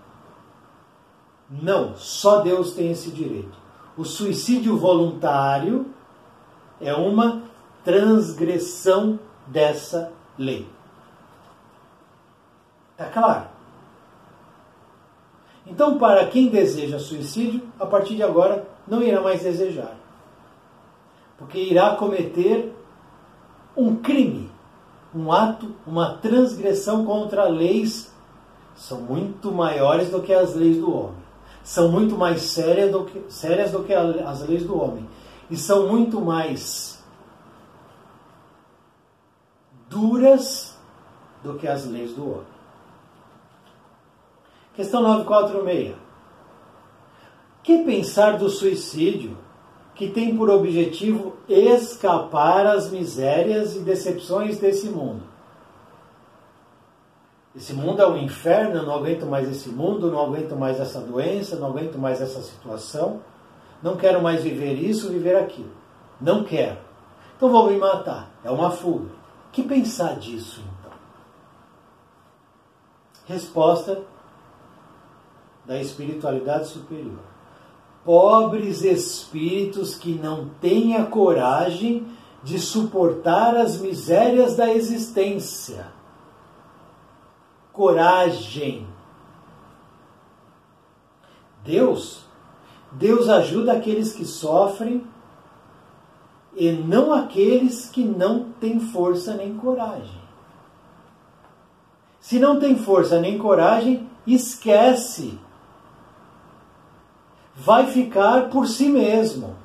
Não, só Deus tem esse direito. O suicídio voluntário é uma transgressão dessa lei. Está claro? Então, para quem deseja suicídio, a partir de agora não irá mais desejar. Porque irá cometer um crime, um ato, uma transgressão contra leis que são muito maiores do que as leis do homem. São muito mais sérias do que, sérias do que as leis do homem. E são muito mais duras do que as leis do homem. Questão novecentos e quarenta e seis. Que pensar do suicídio que tem por objetivo escapar às misérias e decepções desse mundo? Esse mundo é um inferno, eu não aguento mais esse mundo, não aguento mais essa doença, não aguento mais essa situação, não quero mais viver isso, viver aquilo. Não quero. Então vou me matar. É uma fuga. Que pensar disso, então? Resposta da espiritualidade superior. Pobres espíritos que não têm a coragem de suportar as misérias da existência. Coragem. Deus, Deus ajuda aqueles que sofrem e não aqueles que não têm força nem coragem. Se não tem força nem coragem, esquece. Vai ficar por si mesmo.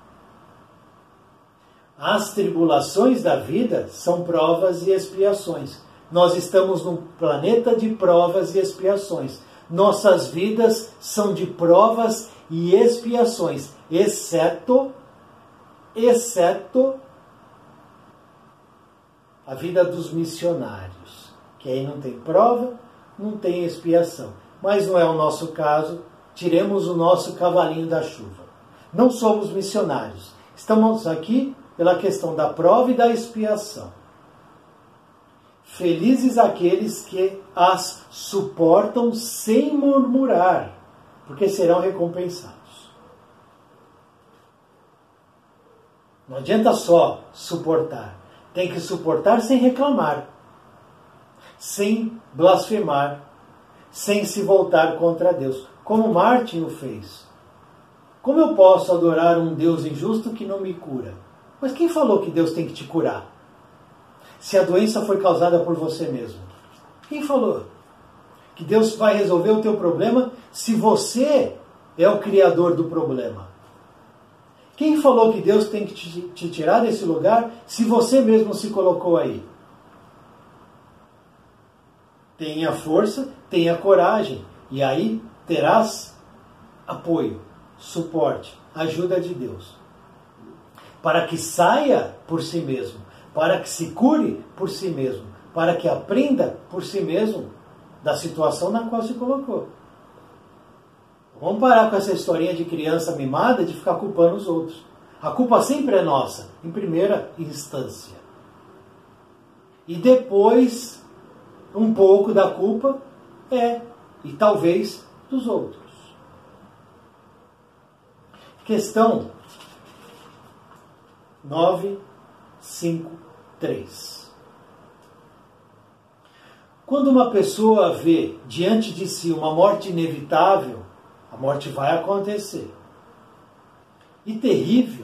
As tribulações da vida são provas e expiações. Nós estamos num planeta de provas e expiações. Nossas vidas são de provas e expiações, exceto, exceto a vida dos missionários, que aí não tem prova, não tem expiação. Mas não é o nosso caso. Tiremos o nosso cavalinho da chuva. Não somos missionários. Estamos aqui pela questão da prova e da expiação. Felizes aqueles que as suportam sem murmurar, porque serão recompensados. Não adianta só suportar. Tem que suportar sem reclamar, sem blasfemar, sem se voltar contra Deus. Como Martin o fez. Como eu posso adorar um Deus injusto que não me cura? Mas quem falou que Deus tem que te curar? Se a doença foi causada por você mesmo. Quem falou que Deus vai resolver o teu problema se você é o criador do problema? Quem falou que Deus tem que te, te tirar desse lugar se você mesmo se colocou aí? Tenha força, tenha coragem. E aí terás apoio, suporte, ajuda de Deus. Para que saia por si mesmo, para que se cure por si mesmo, para que aprenda por si mesmo da situação na qual se colocou. Vamos parar com essa historinha de criança mimada de ficar culpando os outros. A culpa sempre é nossa, em primeira instância. E depois, um pouco da culpa é, e talvez, dos outros. Questão novecentos e cinquenta e três. Quando uma pessoa vê diante de si uma morte inevitável, a morte vai acontecer, e terrível,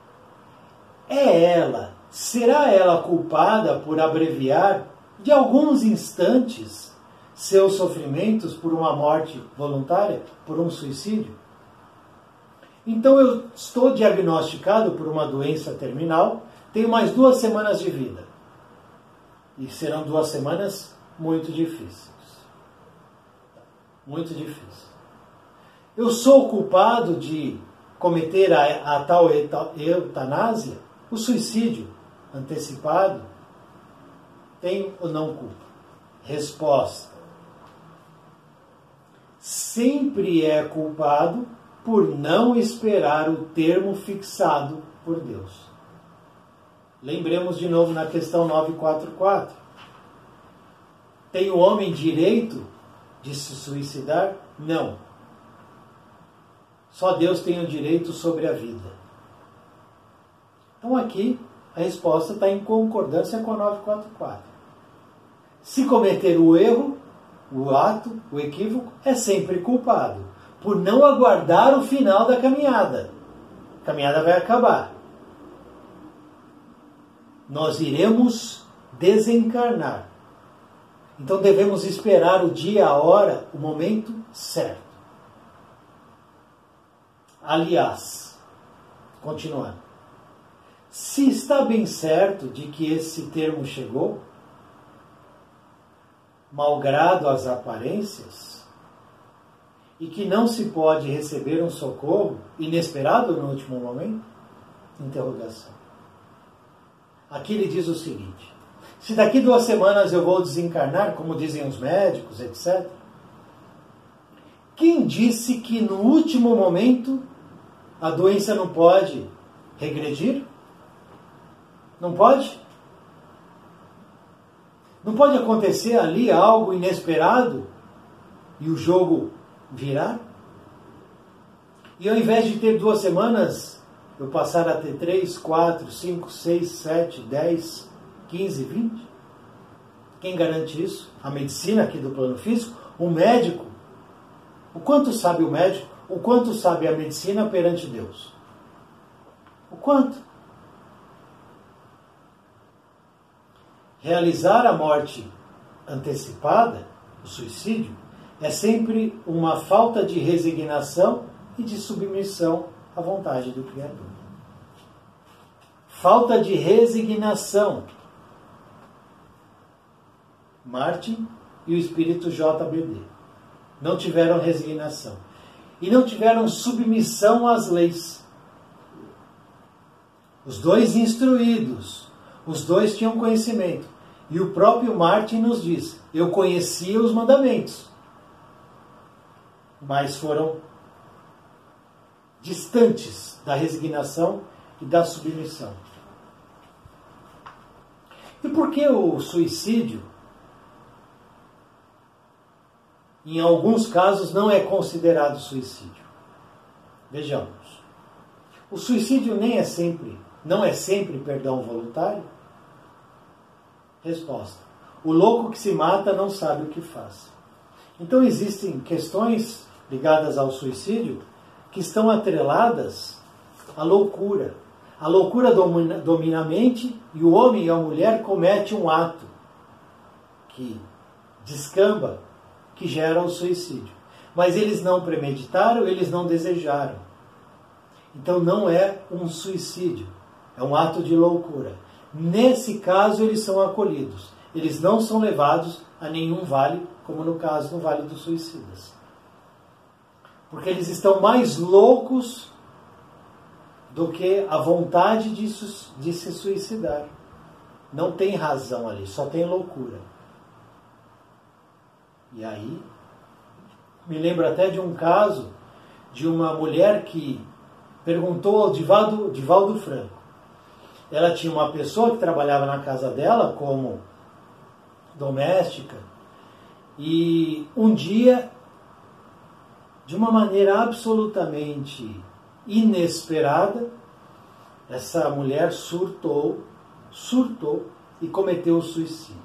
é ela, será ela culpada por abreviar de alguns instantes seus sofrimentos por uma morte voluntária, por um suicídio? Então eu estou diagnosticado por uma doença terminal, tenho mais duas semanas de vida. E serão duas semanas muito difíceis. Muito difícil. Eu sou culpado de cometer a, a tal eutanásia, o suicídio antecipado? Tem ou não culpa? Resposta: sempre é culpado por não esperar o termo fixado por Deus. Lembremos de novo na questão novecentos e quarenta e quatro. Tem o homem direito de se suicidar? Não. Só Deus tem o direito sobre a vida. Então aqui a resposta está em concordância com a novecentos e quarenta e quatro. Se cometer o erro, o ato, o equívoco, é sempre culpado por não aguardar o final da caminhada. A caminhada vai acabar. Nós iremos desencarnar. Então devemos esperar o dia, a hora, o momento certo. Aliás, continuando. Se está bem certo de que esse termo chegou, malgrado as aparências, e que não se pode receber um socorro inesperado no último momento? Interrogação. Aqui ele diz o seguinte: se daqui duas semanas eu vou desencarnar, como dizem os médicos, etcétera, quem disse que no último momento a doença não pode regredir? Não pode? Não pode acontecer ali algo inesperado e o jogo virar? E ao invés de ter duas semanas, eu passar a ter três, quatro, cinco, seis, sete, dez, quinze, vinte? Quem garante isso? A medicina aqui do plano físico? O médico? O quanto sabe o médico? O quanto sabe a medicina perante Deus? O quanto? Realizar a morte antecipada, o suicídio, é sempre uma falta de resignação e de submissão à vontade do Criador. Falta de resignação. Martin e o espírito J B D não tiveram resignação. E não tiveram submissão às leis. Os dois instruídos, os dois tinham conhecimento. E o próprio Martin nos diz: eu conhecia os mandamentos, mas foram distantes da resignação e da submissão. E por que o suicídio, em alguns casos, não é considerado suicídio? Vejamos. O suicídio nem é sempre, não é sempre perdão voluntário? Resposta: o louco que se mata não sabe o que faz. Então existem questões ligadas ao suicídio que estão atreladas à loucura. A loucura domina, domina a mente e o homem e a mulher cometem um ato que descamba, que gera o suicídio. Mas eles não premeditaram, eles não desejaram. Então não é um suicídio, é um ato de loucura. Nesse caso eles são acolhidos. Eles não são levados a nenhum vale, como no caso no Vale dos Suicidas. Porque eles estão mais loucos do que a vontade de, de se suicidar. Não tem razão ali, só tem loucura. E aí, me lembro até de um caso de uma mulher que perguntou ao Divaldo, Divaldo Franco. Ela tinha uma pessoa que trabalhava na casa dela como doméstica e um dia, de uma maneira absolutamente inesperada, essa mulher surtou, surtou e cometeu o suicídio.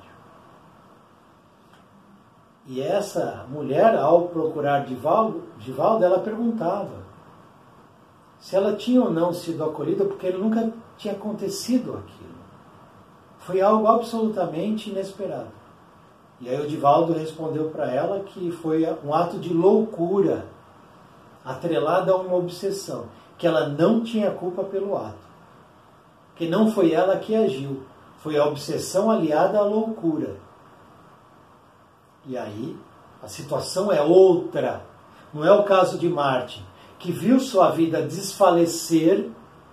E essa mulher, ao procurar Divaldo, Divaldo, ela perguntava se ela tinha ou não sido acolhida, porque ele nunca tinha acontecido aquilo. Foi algo absolutamente inesperado. E aí o Divaldo respondeu para ela que foi um ato de loucura, atrelado a uma obsessão, que ela não tinha culpa pelo ato. Que não foi ela que agiu, foi a obsessão aliada à loucura. E aí A situação é outra. Não é o caso de Martin, que viu sua vida desfalecer,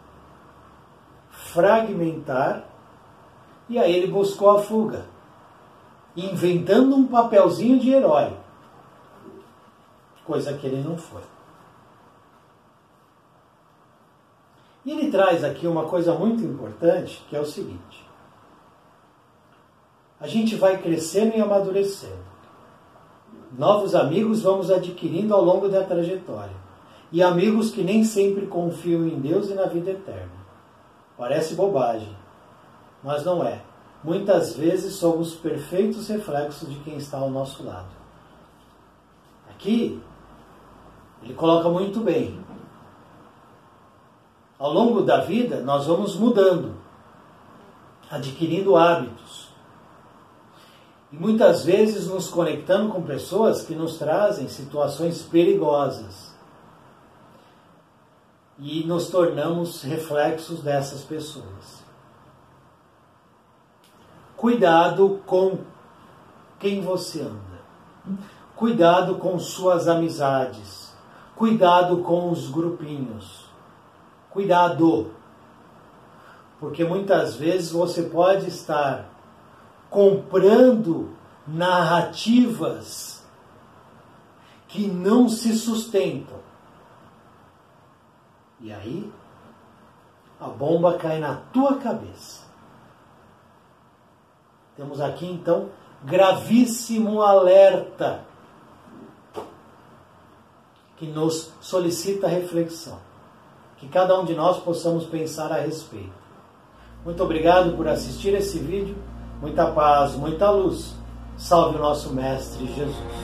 fragmentar, e aí ele buscou a fuga, inventando um papelzinho de herói, coisa que ele não foi. E ele traz aqui uma coisa muito importante, que é o seguinte: a gente vai crescendo e amadurecendo. Novos amigos vamos adquirindo ao longo da trajetória. E amigos que nem sempre confiam em Deus e na vida eterna. Parece bobagem, mas não é. Muitas vezes somos perfeitos reflexos de quem está ao nosso lado. Aqui, ele coloca muito bem. Ao longo da vida, nós vamos mudando, adquirindo hábitos. E muitas vezes nos conectando com pessoas que nos trazem situações perigosas. E nos tornamos reflexos dessas pessoas. Cuidado com quem você anda. Cuidado com suas amizades. Cuidado com os grupinhos. Cuidado. Porque muitas vezes você pode estar comprando narrativas que não se sustentam. E aí, a bomba cai na tua cabeça. Temos aqui, então, gravíssimo alerta que nos solicita reflexão. Que cada um de nós possamos pensar a respeito. Muito obrigado por assistir esse vídeo. Muita paz, muita luz. Salve o nosso Mestre Jesus.